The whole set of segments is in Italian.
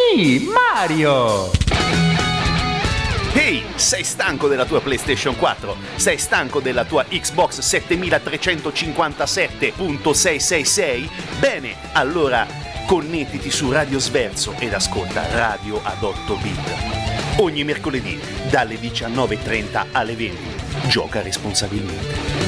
me, Mario! Ehi, sei stanco della tua PlayStation 4? Sei stanco della tua Xbox 7357.666? Bene, allora connettiti su Radio Sverso ed ascolta Radio ad 8 bit. Ogni mercoledì dalle 19:30 alle 20. Gioca responsabilmente.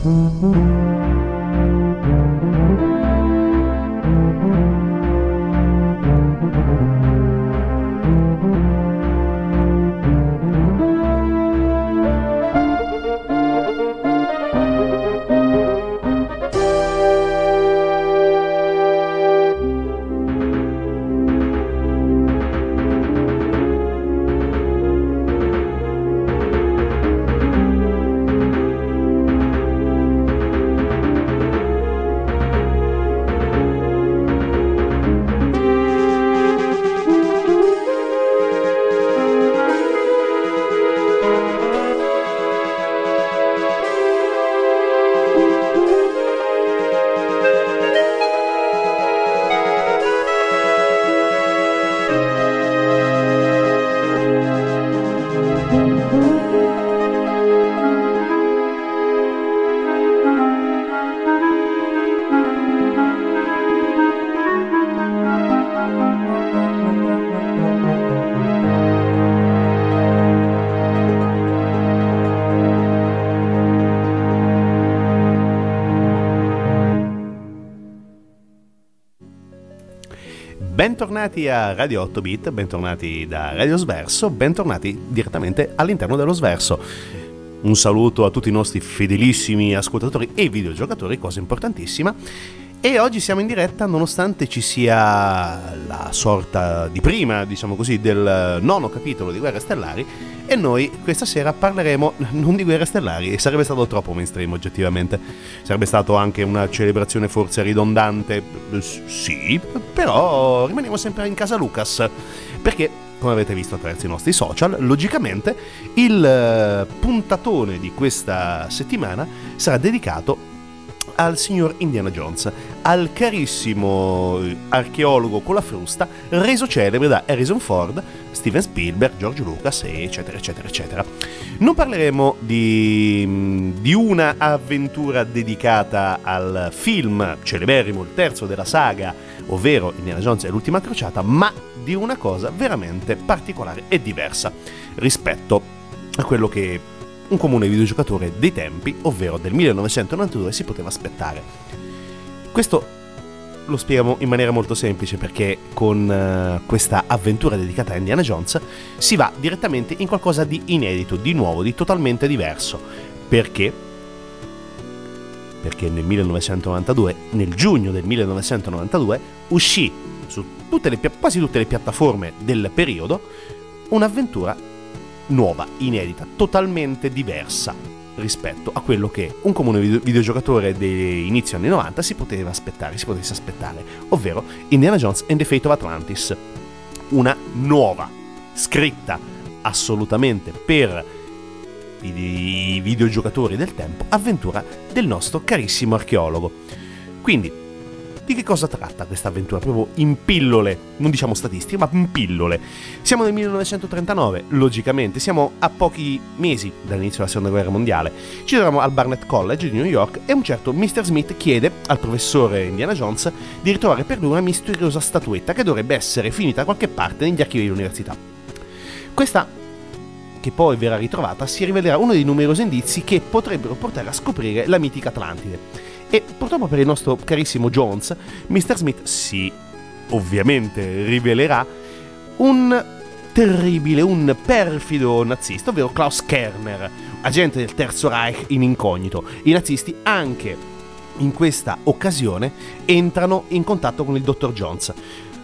Bentornati a Radio 8 Bit, bentornati da Radio Sverso, bentornati direttamente all'interno dello Sverso. Un saluto a tutti i nostri fedelissimi ascoltatori e videogiocatori, cosa importantissima. E oggi siamo in diretta nonostante ci sia la sorta di prima, diciamo così, del nono capitolo di Guerre Stellari, e noi questa sera parleremo non di Guerre Stellari, sarebbe stato troppo mainstream oggettivamente, sarebbe stato anche una celebrazione forse ridondante, sì, però rimaniamo sempre in casa Lucas, perché come avete visto attraverso i nostri social, logicamente il puntatone di questa settimana sarà dedicato al signor Indiana Jones, al carissimo archeologo con la frusta, reso celebre da Harrison Ford, Steven Spielberg, George Lucas, eccetera, eccetera, eccetera. Non parleremo di una avventura dedicata al film celeberrimo, il terzo della saga, ovvero Indiana Jones e l'ultima crociata, ma di una cosa veramente particolare e diversa rispetto a quello che un comune videogiocatore dei tempi, ovvero del 1992, si poteva aspettare. Questo lo spieghiamo in maniera molto semplice, perché con questa avventura dedicata a Indiana Jones si va direttamente in qualcosa di inedito, di nuovo, di totalmente diverso. Perché? Perché nel 1992, nel giugno del 1992, uscì su quasi tutte le piattaforme del periodo un'avventura nuova, inedita, totalmente diversa rispetto a quello che un comune videogiocatore dei inizi anni 90 si potesse aspettare, ovvero Indiana Jones and the Fate of Atlantis, una nuova, scritta assolutamente per i videogiocatori del tempo, avventura del nostro carissimo archeologo. Quindi, di che cosa tratta questa avventura? Proprio in pillole, non diciamo statistiche, ma in pillole. Siamo nel 1939, logicamente, siamo a pochi mesi dall'inizio della Seconda Guerra Mondiale. Ci troviamo al Barnett College di New York e un certo Mr. Smith chiede al professore Indiana Jones di ritrovare per lui una misteriosa statuetta che dovrebbe essere finita da qualche parte negli archivi dell'università. Questa, che poi verrà ritrovata, si rivelerà uno dei numerosi indizi che potrebbero portare a scoprire la mitica Atlantide. E purtroppo per il nostro carissimo Jones, Mr. Smith si ovviamente rivelerà un terribile, un perfido nazista, ovvero Klaus Kerner, agente del Terzo Reich in incognito. I nazisti anche in questa occasione entrano in contatto con il dottor Jones.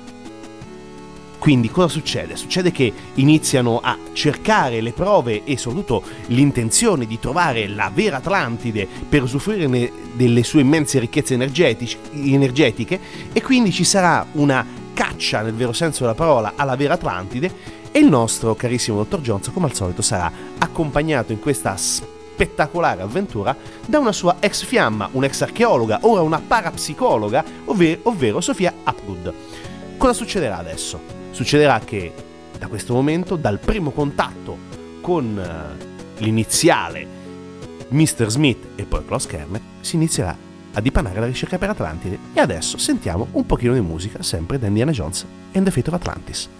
Quindi cosa succede? Succede che iniziano a cercare le prove e soprattutto l'intenzione di trovare la vera Atlantide per usufruire delle sue immense ricchezze energetiche, e quindi ci sarà una caccia, nel vero senso della parola, alla vera Atlantide, e il nostro carissimo dottor Jones, come al solito, sarà accompagnato in questa spettacolare avventura da una sua ex fiamma, un'ex archeologa, ora una parapsicologa, ovvero Sophia Hapgood. Cosa succederà adesso? Succederà che da questo momento, dal primo contatto con l'iniziale Mr. Smith e poi Klaus Kerner, si inizierà a dipanare la ricerca per Atlantide. E adesso sentiamo un pochino di musica, sempre da Indiana Jones and the Fate of Atlantis.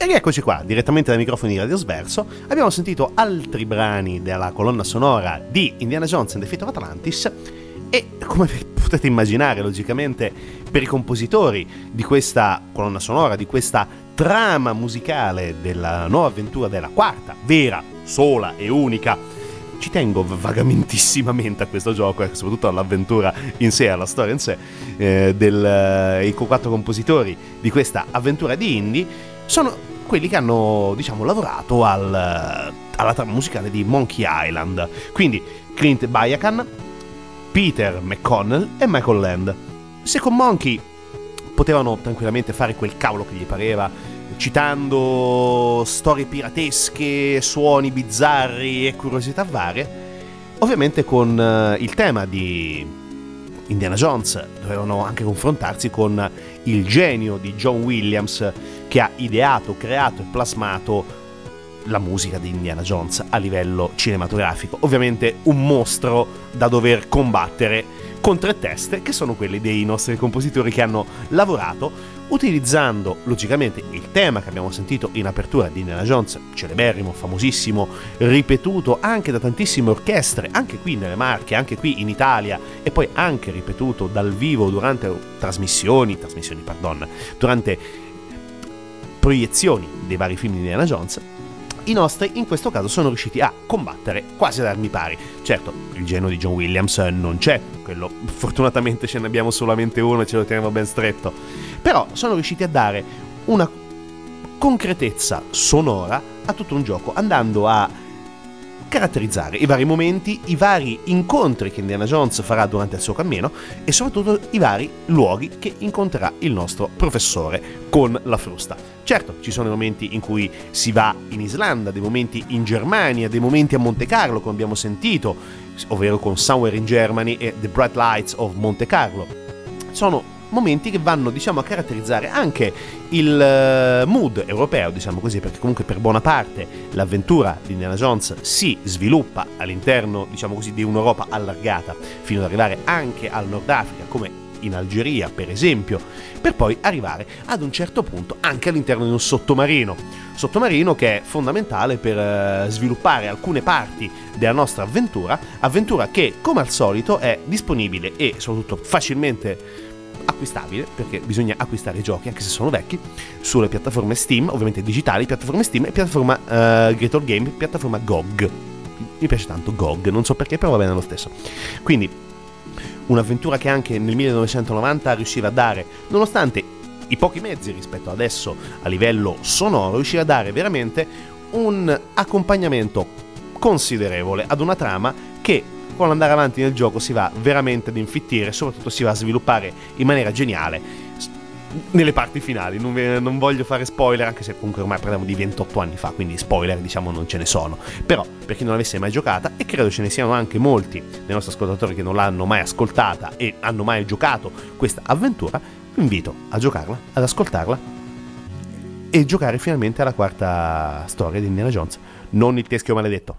E rieccoci qua, direttamente dai microfoni di Radio Sverso. Abbiamo sentito altri brani della colonna sonora di Indiana Jones and the Fate of Atlantis e, come potete immaginare, logicamente, per i compositori di questa colonna sonora, di questa trama musicale della nuova avventura, della quarta, vera, sola e unica, ci tengo vagamentissimamente a questo gioco, soprattutto all'avventura in sé, alla storia in sé, i quattro compositori di questa avventura di indie sono quelli che hanno, diciamo, lavorato alla trama musicale di Monkey Island. Quindi Clint Bajakan, Peter McConnell e Michael Land. Se con Monkey potevano tranquillamente fare quel cavolo che gli pareva, citando storie piratesche, suoni bizzarri e curiosità varie, ovviamente con il tema di Indiana Jones dovevano anche confrontarsi con il genio di John Williams, che ha ideato, creato e plasmato la musica di Indiana Jones a livello cinematografico. Ovviamente un mostro da dover combattere con tre teste, che sono quelle dei nostri compositori che hanno lavorato utilizzando logicamente il tema che abbiamo sentito in apertura di Indiana Jones, celeberrimo, famosissimo, ripetuto anche da tantissime orchestre, anche qui nelle Marche, anche qui in Italia, e poi anche ripetuto dal vivo durante durante proiezioni dei vari film di Indiana Jones. I nostri in questo caso sono riusciti a combattere quasi ad armi pari. Certo, il genio di John Williams non c'è, quello fortunatamente ce ne abbiamo solamente uno e ce lo teniamo ben stretto, però sono riusciti a dare una concretezza sonora a tutto un gioco, andando a caratterizzare i vari momenti, i vari incontri che Indiana Jones farà durante il suo cammino e soprattutto i vari luoghi che incontrerà il nostro professore con la frusta. Certo, ci sono i momenti in cui si va in Islanda, dei momenti in Germania, dei momenti a Monte Carlo, come abbiamo sentito, ovvero con Somewhere in Germany e The Bright Lights of Monte Carlo. Sono momenti che vanno, diciamo, a caratterizzare anche il mood europeo, diciamo così, perché comunque per buona parte l'avventura di Indiana Jones si sviluppa all'interno, diciamo così, di un'Europa allargata, fino ad arrivare anche al Nord Africa, come in Algeria per esempio, per poi arrivare ad un certo punto anche all'interno di un sottomarino che è fondamentale per sviluppare alcune parti della nostra avventura che come al solito è disponibile e soprattutto facilmente acquistabile, perché bisogna acquistare i giochi anche se sono vecchi sulle piattaforme Steam, ovviamente digitali, piattaforme Steam e piattaforma Great All Game, piattaforma GOG. Mi piace tanto GOG, non so perché, però va bene lo stesso. Quindi un'avventura che anche nel 1990 riusciva a dare, nonostante i pochi mezzi rispetto adesso a livello sonoro, riusciva a dare veramente un accompagnamento considerevole ad una trama che con l'andare avanti nel gioco si va veramente ad infittire e soprattutto si va a sviluppare in maniera geniale nelle parti finali. Non voglio fare spoiler, anche se comunque ormai parliamo di 28 anni fa, quindi spoiler diciamo non ce ne sono, però per chi non l'avesse mai giocata, e credo ce ne siano anche molti dei nostri ascoltatori che non l'hanno mai ascoltata e hanno mai giocato questa avventura, vi invito a giocarla, ad ascoltarla e giocare finalmente alla quarta storia di Indiana Jones, non il teschio maledetto.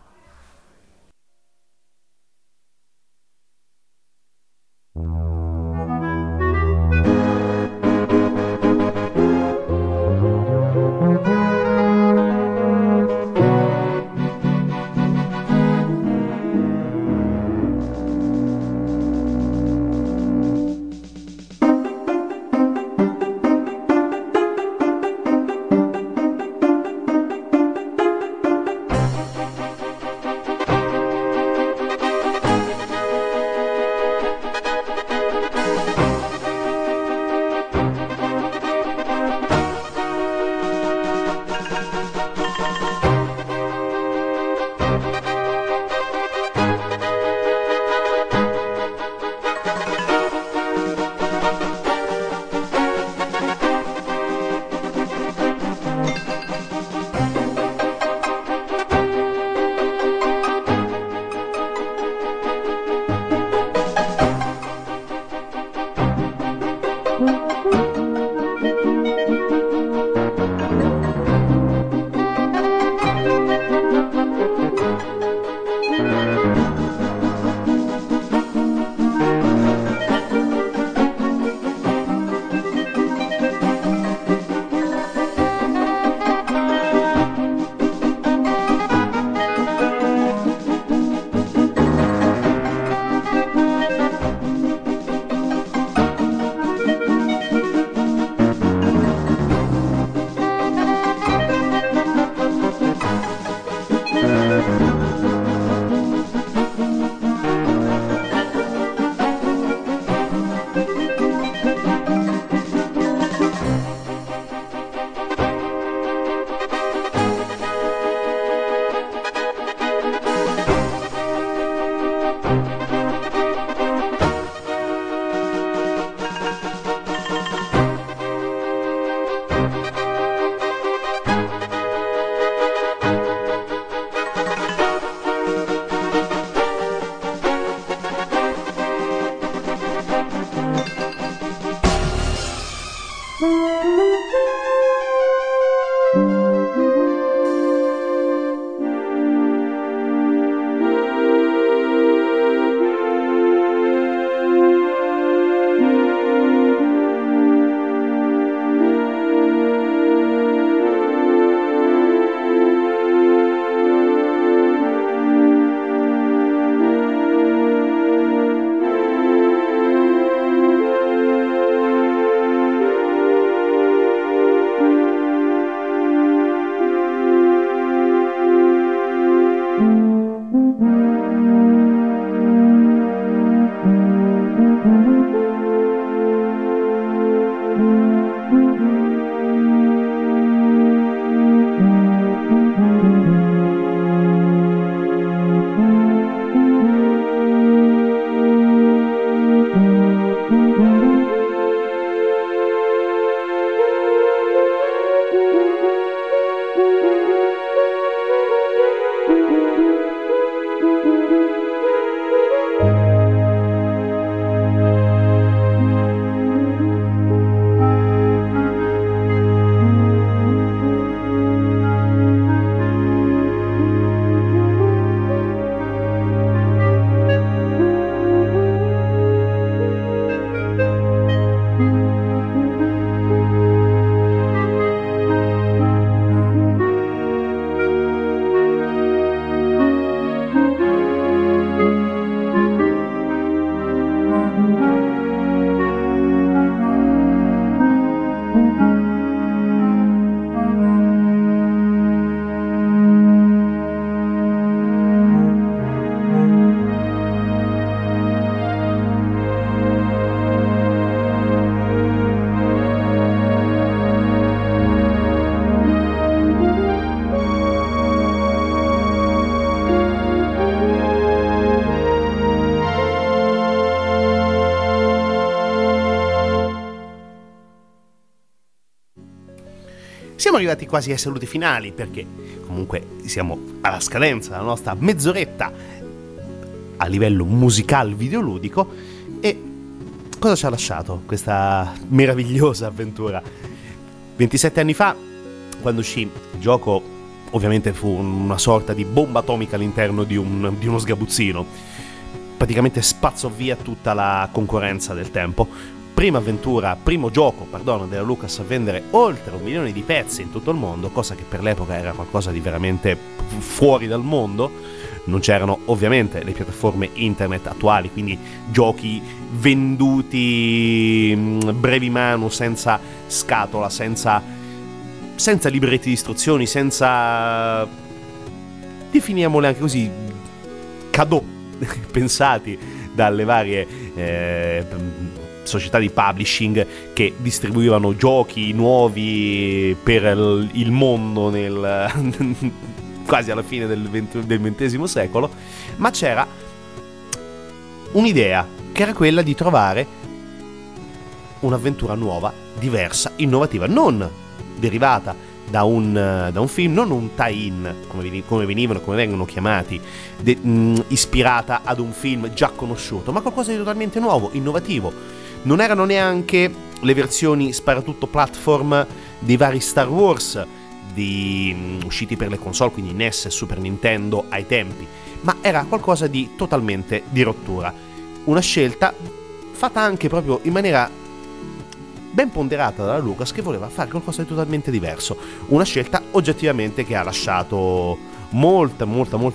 Siamo arrivati quasi ai saluti finali, perché comunque siamo alla scadenza della nostra mezz'oretta a livello musical videoludico. E cosa ci ha lasciato questa meravigliosa avventura? 27 anni fa, quando uscì il gioco, ovviamente fu una sorta di bomba atomica all'interno di uno sgabuzzino. Praticamente spazzò via tutta la concorrenza del tempo. Primo gioco della Lucas a vendere oltre 1 milione di pezzi in tutto il mondo, cosa che per l'epoca era qualcosa di veramente fuori dal mondo. Non c'erano ovviamente le piattaforme internet attuali, quindi giochi venduti brevi mano, senza scatola, senza libretti di istruzioni, senza, definiamole anche così, cadeau pensati dalle varie società di publishing che distribuivano giochi nuovi per il mondo quasi alla fine del XX secolo. Ma c'era un'idea, che era quella di trovare un'avventura nuova, diversa, innovativa, non derivata da un film, non un tie-in come vengono chiamati, ispirata ad un film già conosciuto, ma qualcosa di totalmente nuovo, innovativo. Non erano neanche le versioni sparatutto platform dei vari Star Wars usciti per le console, quindi NES e Super Nintendo ai tempi, ma era qualcosa di totalmente di rottura. Una scelta fatta anche proprio in maniera ben ponderata dalla Lucas, che voleva fare qualcosa di totalmente diverso. Una scelta oggettivamente che ha lasciato molta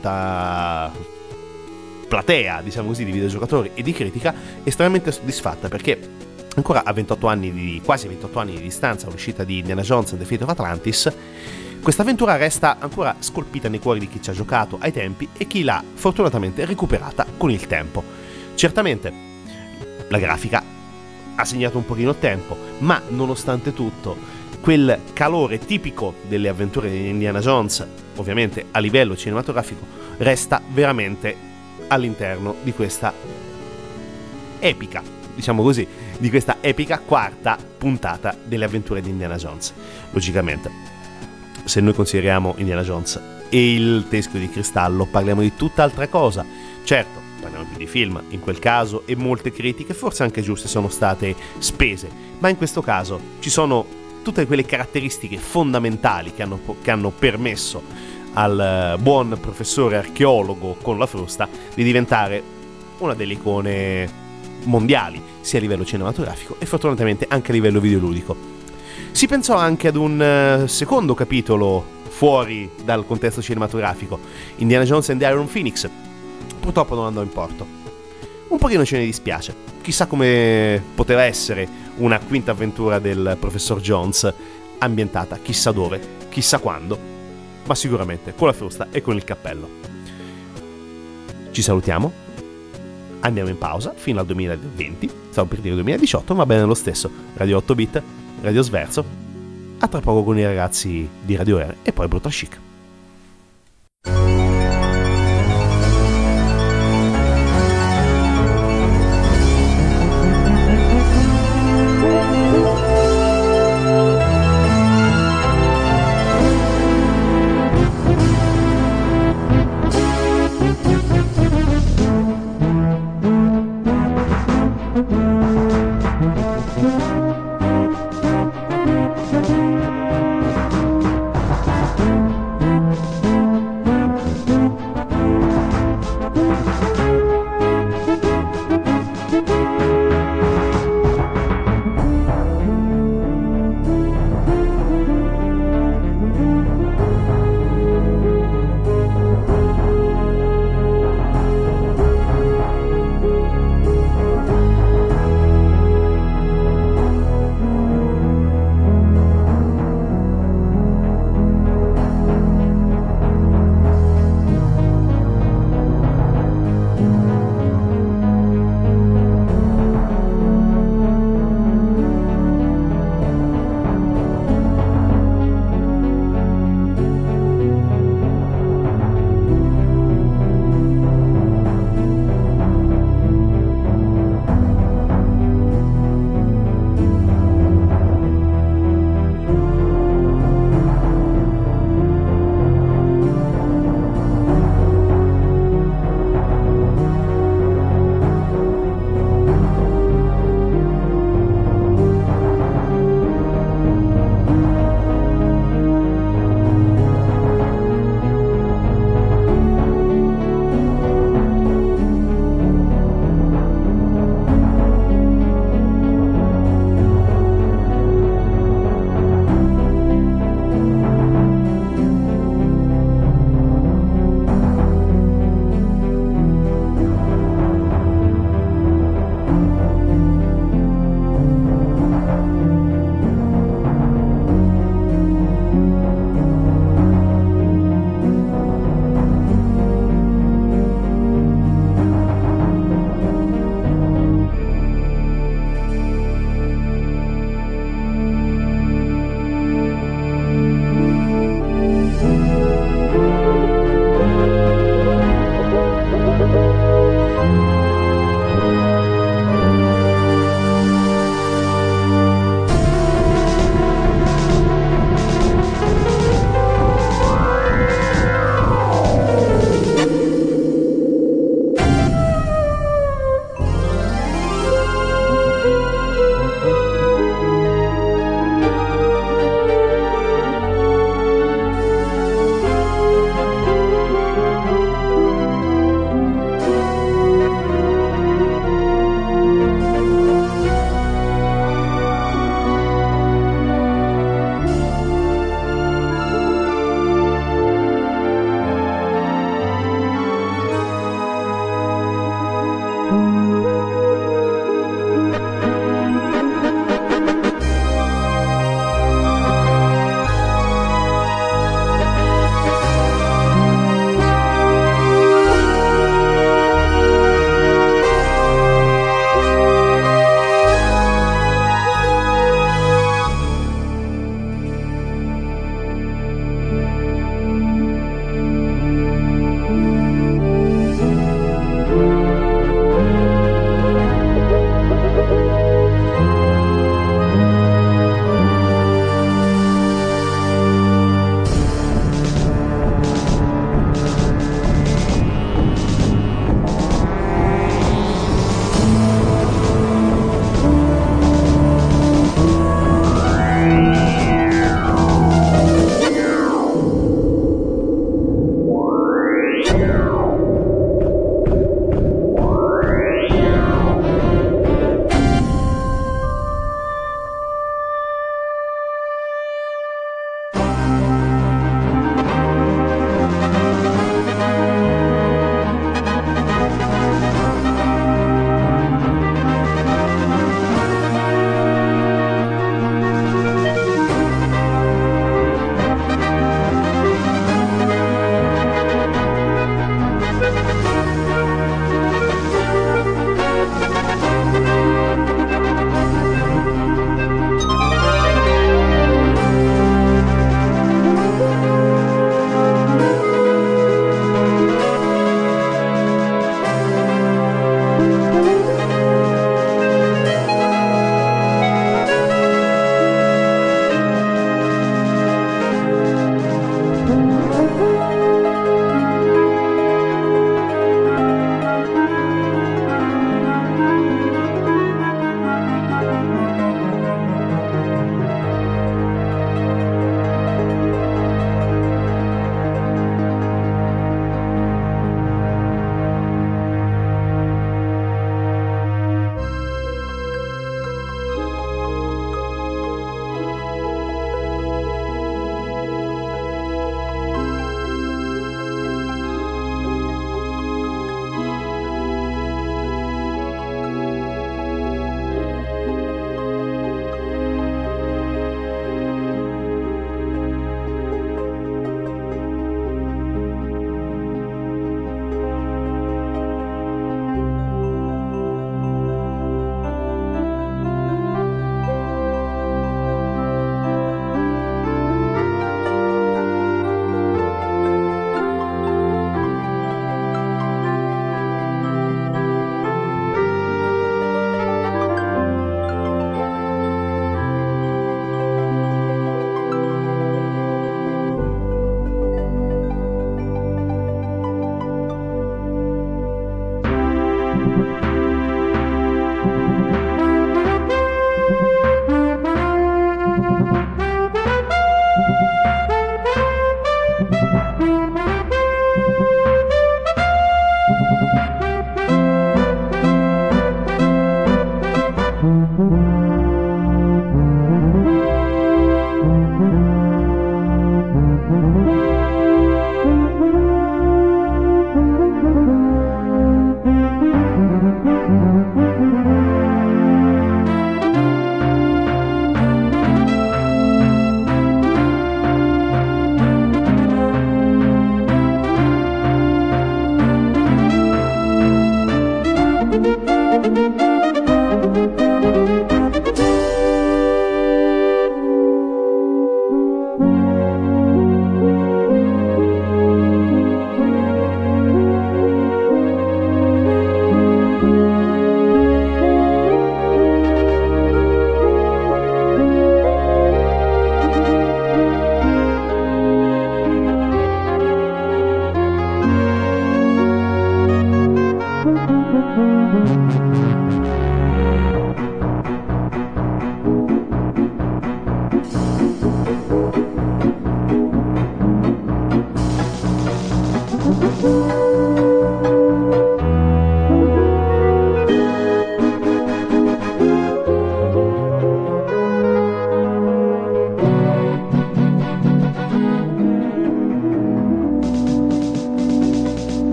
platea, diciamo così, di videogiocatori e di critica estremamente soddisfatta, perché ancora a quasi 28 anni di distanza dall'uscita di Indiana Jones and the Fate of Atlantis, questa avventura resta ancora scolpita nei cuori di chi ci ha giocato ai tempi e chi l'ha fortunatamente recuperata con il tempo. Certamente la grafica ha segnato un pochino il tempo, ma nonostante tutto quel calore tipico delle avventure di Indiana Jones, ovviamente a livello cinematografico, resta veramente all'interno di questa epica, diciamo così, di questa epica quarta puntata delle avventure di Indiana Jones. Logicamente, se noi consideriamo Indiana Jones e il Teschio di Cristallo, parliamo di tutt'altra cosa. Certo, parliamo più di film in quel caso, e molte critiche, forse anche giuste, sono state spese, ma in questo caso ci sono tutte quelle caratteristiche fondamentali che hanno permesso al buon professore archeologo con la frusta di diventare una delle icone mondiali, sia a livello cinematografico e fortunatamente anche a livello videoludico. Si pensò anche ad un secondo capitolo fuori dal contesto cinematografico, Indiana Jones and the Iron Phoenix. Purtroppo non andò in porto. Un pochino ce ne dispiace. Chissà come poteva essere una quinta avventura del professor Jones, ambientata chissà dove, chissà quando, ma sicuramente con la frusta e con il cappello. Ci salutiamo, andiamo in pausa fino al 2020, stavo per dire 2018, ma bene lo stesso. Radio 8 bit, Radio Sverso, a tra poco con i ragazzi di Radio Air e poi Brutal Chic.